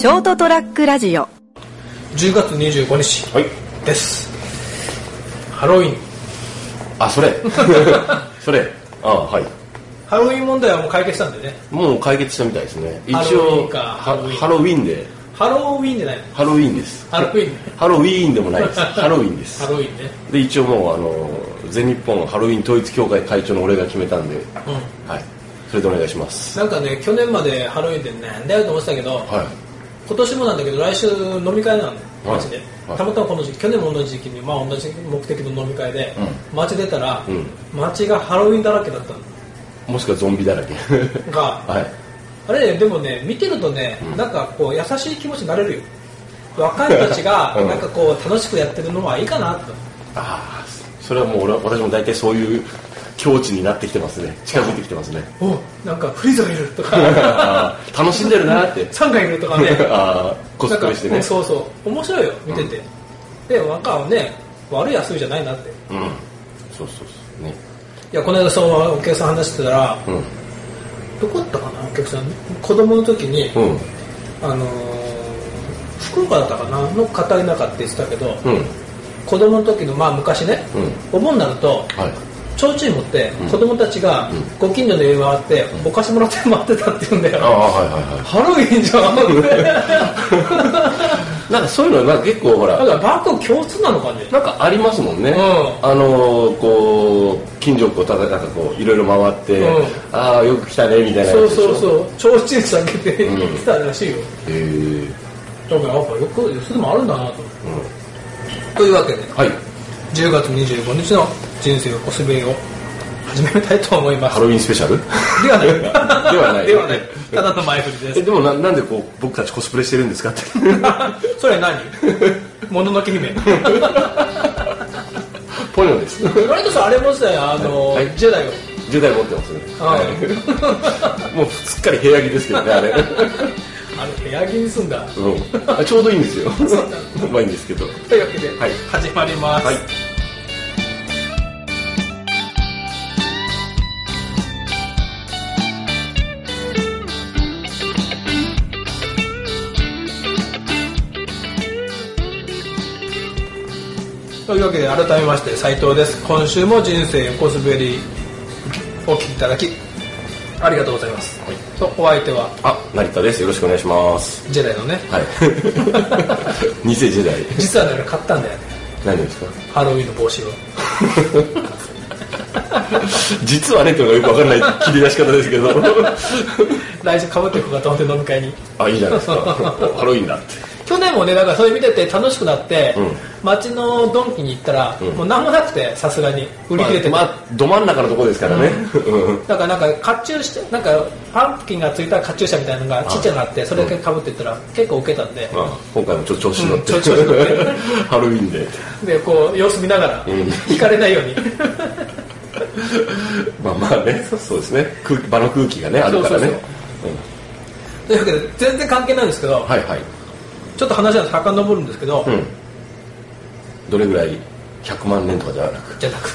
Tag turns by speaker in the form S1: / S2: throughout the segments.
S1: ショートトラックラジオ
S2: 10月25日です、ハロウィン。
S3: あ、それそれ、はい。
S2: ハロウィン問題はもう解決したんでね。
S3: もう解決したみたいですね。一
S2: ハロウィン
S3: 応
S2: か
S3: ハロウィンで。
S2: ハロウィンじゃないの。
S3: ハロウィンです。
S2: ハロウィン。
S3: ハロウィーンでもないです。ハロウィンです。
S2: ハロウィンね。
S3: で、一応もう全日本ハロウィン統一協会会長の俺が決めたんで、はい。それでお願いします。
S2: なんかね、去年までハロウィンでなんだよと思ってたけど、今年もなんだけど来週飲み会なの街で、たまたまこの時期、去年も同じ時期に、同じ目的の飲み会で、街出たら、街がハロウィンだらけだったの。
S3: もしくはゾンビだらけ
S2: が、あれでもね、見てるとね、なんかこう優しい気持ちになれるよ。若い人たちがなんかこう楽しくやってるのはいいかなと。
S3: ああ、それはもう私も大体そういう境地になってきてますね。近づいてきてますね。
S2: お、なんかフリーザがいるとか
S3: 楽しんでるなって
S2: サンがいるとかね
S3: コスプレしてね。
S2: そうそう面白いよ見てて、でなんかね、悪い遊びじゃないなって。
S3: そうそうね。
S2: いや、この間そのお客さん話してたら、どこだったかな、お客さん子供の時に、福岡だったかなの片田舎って言ってたけど、子供の時の昔ね、お盆になると、提灯持って子供たちがご近所の家回ってお菓子もらって待ってたって言うんだよ。ハロウィンじゃん
S3: なんかそういうのなんか結構ほら、
S2: だからバッグ共通なのかね。
S3: なんかありますもんね。こう近所をなんかこういろいろ回って、ああよく来たねみたいなやつでしょ。そう
S2: 提灯下げて来たらしいよ。だからやっぱよくそれでもあるんだなと。というわけで、10月25日の人生横滑りを始めたいと思います。
S3: ハロウィンスペシャル
S2: ではないではない、ただの前振りです。
S3: でもなんでこう僕たちコスプレしてるんですかって
S2: それ何もののけ姫
S3: ポニョです。
S2: 割とさ、あれもさ、ジェダイを
S3: ジェダイ持ってますね。もうすっかり部屋着ですけどね、あれ
S2: 部屋着にすんだ。
S3: ちょうどいいんですよ。うまいんですけど。
S2: というわけで、始まります。というわけで改めまして斉藤です。今週も人生横滑りお聞きいただきありがとうございます。お相手は
S3: 成田です。よろしくお願いします。
S2: ジェダイのね。
S3: 偽ジェダイ。
S2: 実はね、買ったんだよね。
S3: 何ですか？
S2: ハロウィンの帽子を。
S3: 実はねっていうのがよくわからない切り出し方ですけど。
S2: 来週かぶっていこうかと思って飲み会に。
S3: いいじゃないですか。ハロウィンだって。
S2: 去年もね、だからそれ見てて楽しくなって、街のドンキに行ったら、もう何もなくて、さすがに売り切れてて、
S3: ど真ん中のところですからね。
S2: だからなんか甲冑して、なんかパンプキンがついた甲冑車みたいなのがちっちゃくなって、それだけかぶってったら結構ウケたんで、
S3: 今回もちょっと調子に乗って、ハロウィンで
S2: こう様子見ながら引かれないように。
S3: まあね、そうですね。場の空気がねあるからね。
S2: というわけで全然関係ないんですけど。ちょっと話は遡るんですけど、
S3: どれぐらい100万年とかじゃなく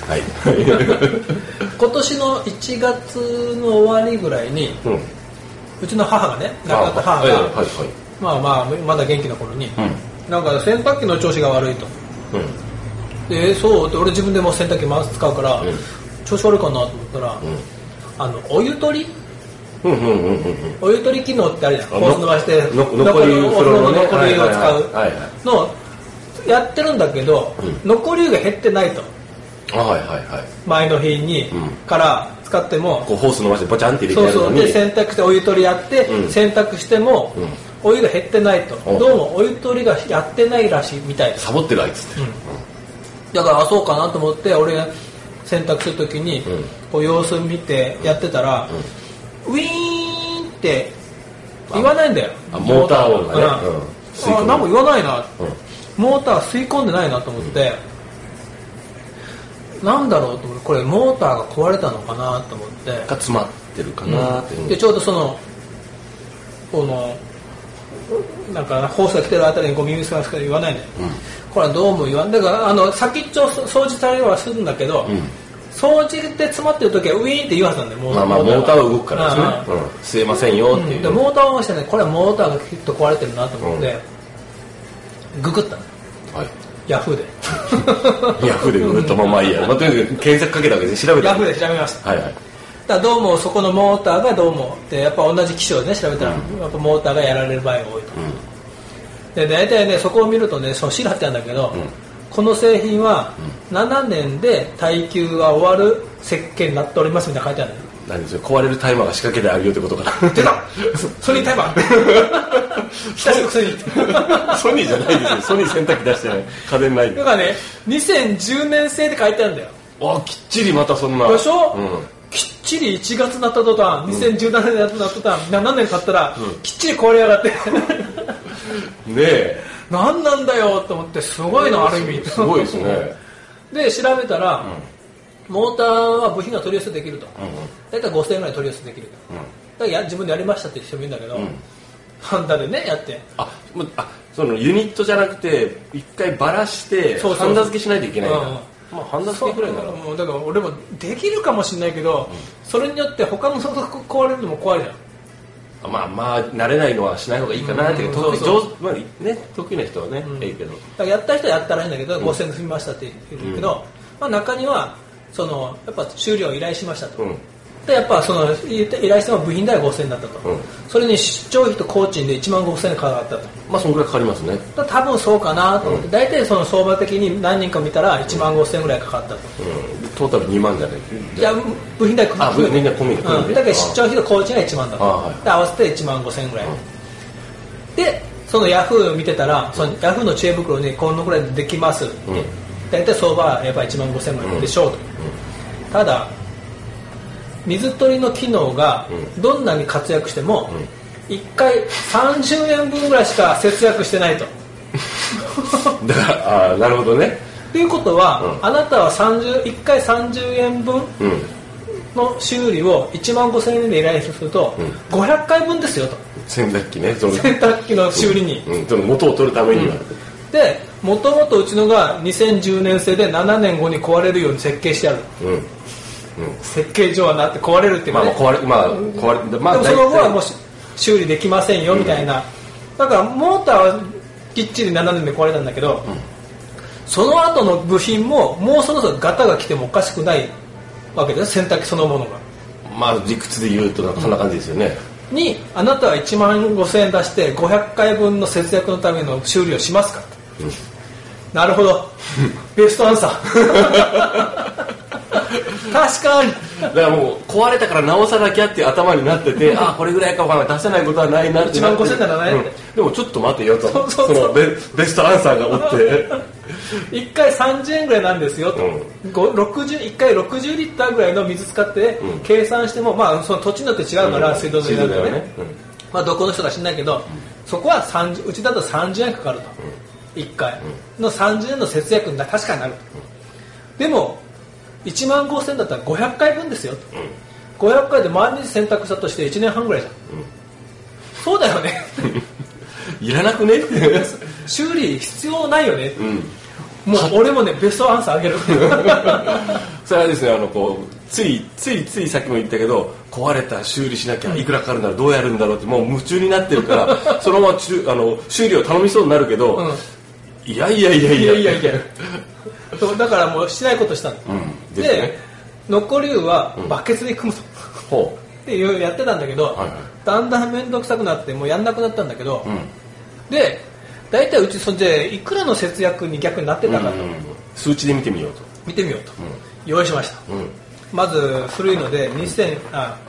S2: 今年の1月の終わりぐらいに、うちの母がね、亡くなった母がまだ元気な頃に、なんか洗濯機の調子が悪いと、でそうで俺自分でも洗濯機使うから、調子悪いかなと思ったら、お湯取りお湯取り機能ってあるじゃん。ホース伸ばして
S3: 残り湯、お風呂の
S2: 残り湯を使うのやってるんだけど、残り湯が減ってないと。前の日にから使っても
S3: こうホース伸ばしてボチャンって入れてやるのに、
S2: で洗濯してお湯取りやって、洗濯してもお湯が減ってないと。どうもお湯取りがやってないらしいみたいです。
S3: サボってるあいつって。
S2: だからそうかなと思って、俺が洗濯するときにこう様子見てやってたら、ウィーンって言わないんだよ。
S3: モーター音がね。
S2: 何も言わないな。モーター吸い込んでないなと思って、なんだろうと思って、これモーターが壊れたのかなと思って。
S3: が詰まってるかなって。
S2: でちょうどこのなんかホースが来てるあたりにゴミ水が言わないんだよ。これはどうも言わんだから先っちょ掃除されはするんだけど、 掃除で詰まってる時はウィーンって言うはずなんで、
S3: モーターは動くからですね、吸えませんよっていう、
S2: でモーターを押してね、これはモーターがきっと壊れてるなと思って、ググったの、ヤフーで
S3: ヤフーでググったままいいや、とにかく検索かけたわけで調べた。
S2: ヤフーで調べました。だどうもそこのモーターがどうもでやっぱ同じ機種をね調べたら、やっぱモーターがやられる場合が多いと、で大体ねそこを見るとねそのシール貼ってあるんだけど、この製品は7年で耐久が終わる設計になっておりますみたいな書いてあるの。
S3: 何ですよ、壊れるタイマーが仕掛けてあるよってことかな。
S2: 出たソニータイマー久しぶりソニー
S3: ソニーじゃないですよ、ソニー洗濯機出してない、家電ないんで。
S2: だからね2010年製で書いてあるんだよ。
S3: きっちりまたそんな
S2: でしょ、きっちり1月になった途端、2017年になった途端、7年経ったら、きっちり壊れやがってね
S3: え
S2: 何なんだよと思って、すごいのある意味
S3: すごいですね
S2: で調べたら、モーターは部品が取り寄せできると、大体5000円ぐらい取り寄せできると、だから自分でやりましたって人もいるんだけど、ハンダでねやって
S3: そのユニットじゃなくて一回バラしてハンダ付けしないといけないんだ。ハンダ付けぐらいなら
S2: だから俺もできるかもしれないけど、それによって他のソフト壊れるのも怖いじゃん。
S3: 慣れないのはしない方がいいかなって、得意な人はね、いいけど、だ
S2: からやった人はやったらいいんだけど、5000円済みましたって言うけど、中にはやっぱ修理を依頼しましたと、でやっぱその依頼しても部品代は5000円だったと、それに出張費と工賃で1万5000円かかったと。
S3: そのぐらいかかりますね。
S2: 多分そうかなと思って、大体その相場的に何人か見たら1万5000円ぐらいかかったと、
S3: トータル2万じゃない。
S2: いや部品代
S3: 込みで、
S2: だから出張費と工賃が1万だと、で合わせて1万5000円ぐらい、でそのヤフーを見てたら、そのヤフーの知恵袋にこのぐらいでできますって、大体相場はやっぱり1万5000円ぐらいでしょうと、ただ水取りの機能がどんなに活躍しても1回30円分ぐらいしか節約してないと
S3: だからなるほどね。
S2: ということは、あなたは1回30円分の修理を1万5000円で依頼すると、500回分ですよと。
S3: 洗濯機ね、
S2: 洗濯機の修理に、
S3: その元を取るためには、
S2: でもともとうちのが2010年製で7年後に壊れるように設計してある、設計上はなって壊れるっていうか、ね、
S3: 壊れ
S2: でもその後はもう修理できませんよみたいな、だからモーターはきっちり7年で壊れたんだけど、その後の部品ももうそろそろガタが来てもおかしくないわけです、洗濯機そのものが。
S3: 理屈で言うとそんな感じですよね、
S2: にあなたは1万5000円出して500回分の節約のための修理をしますか、なるほどベストアンサー確かに
S3: だからもう壊れたから直さなきゃっていう頭になっててこれぐらいか出せないことはないなって
S2: 1万5000円ならないって、
S3: でもちょっと待てよと、そのベストアンサーがおって
S2: 1回30円ぐらいなんですよと、1回60リッターぐらいの水使って計算しても、その土地によって違うから、水道の値段がね、どこの人か知らないけど、そこはうちだと30円かかると、1回の30円の節約に確かになると、でも1万5000円だったら500回分ですよと、500回で毎日洗濯したとして1年半ぐらいじゃん、そうだよね
S3: いらなくねって
S2: 修理必要ないよね、もう俺もねベストアンサーあげる
S3: それはですね、ついさっきも言ったけど、壊れた修理しなきゃいくらかかるならどうやるんだろうってもう夢中になってるからそのまま修理を頼みそうになるけど、いや
S2: だからもうしないことしたの、で残りはバケツで組むとっていうやってたんだけど、だんだん面倒くさくなってもうやんなくなったんだけど、で大体うちそれでいくらの節約に逆になってたかと、
S3: 数値で見てみようと
S2: 用意しました、まず古いので平成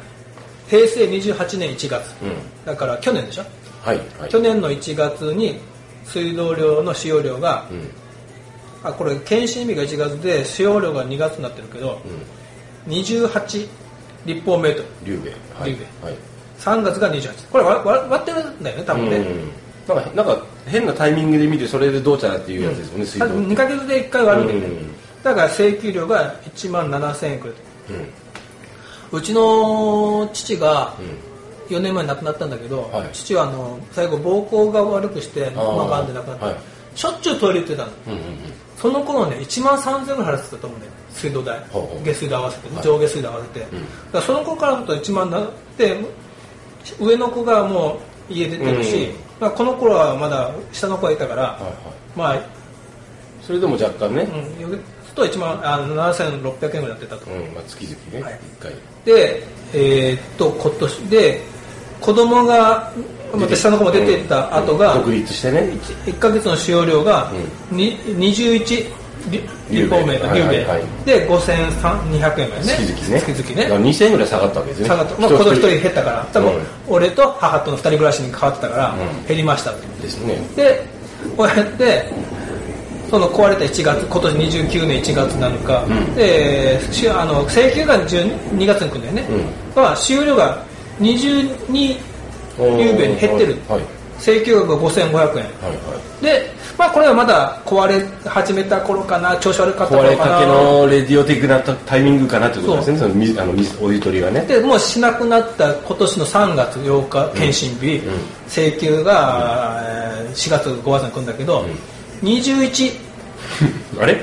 S2: 28年1月、だから去年でしょ、去年の1月に水道量の使用量が、これ検針日が1月で使用量が2月になってるけど、28立方メートル
S3: リュウベ
S2: 3月が28、これ割ってるんだよね多分ね、
S3: なんか変なタイミングで見てそれでどうちゃらっていうやつですよね、水道って
S2: 2ヶ月で1回割るんだよね、だから請求量が1万7000円くらい、うちの父が4年前に亡くなったんだけど、父は最後膀胱が悪くしてがんで亡くなった、 しょっちゅうトイレ行ってたの、その頃ね1万3000円ぐらい払ってたと思うね、水道代、下水道合わせて、上下水道合わせて、だからその頃からだと1万になって、上の子がもう家出てるし、まあ、この頃はまだ下の子がいたから、まあ
S3: それでも若干ね、
S2: と1万7600円ぐらいやってたと、
S3: まあ、月々ね、1回
S2: で今年で子供がまた下の子も出ていった後が、
S3: 独立してね
S2: 1ヶ月の使用量が21立方メーターで5200円ぐらいね、
S3: 月々ね2000円ぐらい下がったわけですね。
S2: 下がった、まあ、子供1人減ったから、多分俺と母との2人暮らしに変わってたから減りました
S3: ですね。
S2: でこうやってその壊れた1月、今年29年1月なのか、で請求が2月に来るんだよね、使用量が22ゆうべに減ってる、請求額が5500円、で、まあ、これはまだ壊れ始めた頃かな、調子悪かった頃かな、
S3: 壊れかけのレディオ的なタイミングかなということですね、そのお湯取りがね。
S2: でもうしなくなった今年の3月8日検診日、請求が4月5月に来るんだけど、21
S3: あれ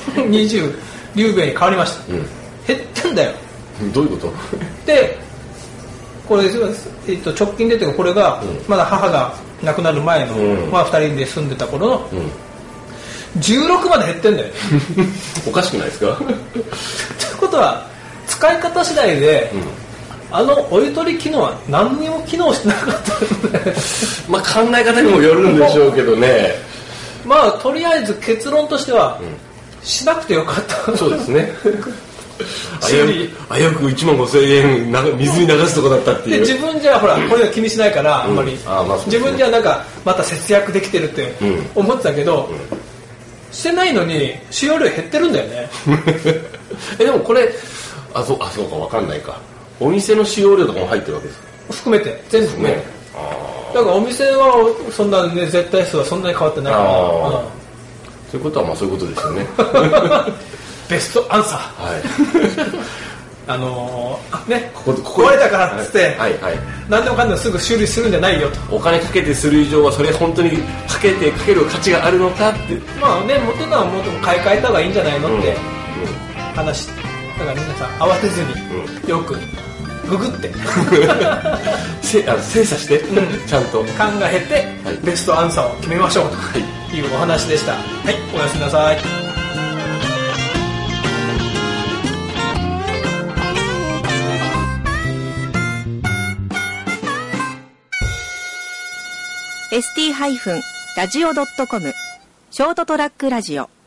S2: 20リュウベイに変わりました、減ってんだよ。
S3: どういうこと
S2: でこれ、直近出てるこれが、まだ母が亡くなる前の、まあ、2人で住んでた頃の、16まで減ってんだよね
S3: おかしくないですか
S2: ということは使い方次第で、お湯取り機能は何にも機能してなかったので
S3: まあ考え方にもよるんでしょうけどね
S2: まあとりあえず結論としては、しなくてよかった
S3: そうですね危うく1万5000円水に流すとこだったっていう。
S2: で自分じゃほらこれは気にしないからあんまり、自分じゃなんかまた節約できてるって思ってたけど、してないのに使用量減ってるんだよね
S3: でもこれそうか分かんないか、お店の使用量とかも入ってるわけです
S2: 含めて全部含めて、だからお店はそんなね絶対数はそんなに変わってないから、
S3: そういうことはまあそういうことですよね
S2: ベストアンサーね、壊れたからっつって、何でもかんでもすぐ修理するんじゃないよと。
S3: お金かけてする以上はそれ本当にかける価値があるのかって、
S2: まあね、元のはもっと買い替えた方がいいんじゃないのって話、だから皆さん慌てずによくググって
S3: 精査して、ちゃんと
S2: 考えて、ベストアンサーを決めましょうというお話でした。はい、おやすみなさい。
S1: ST-radio.com ショートトラックラジオ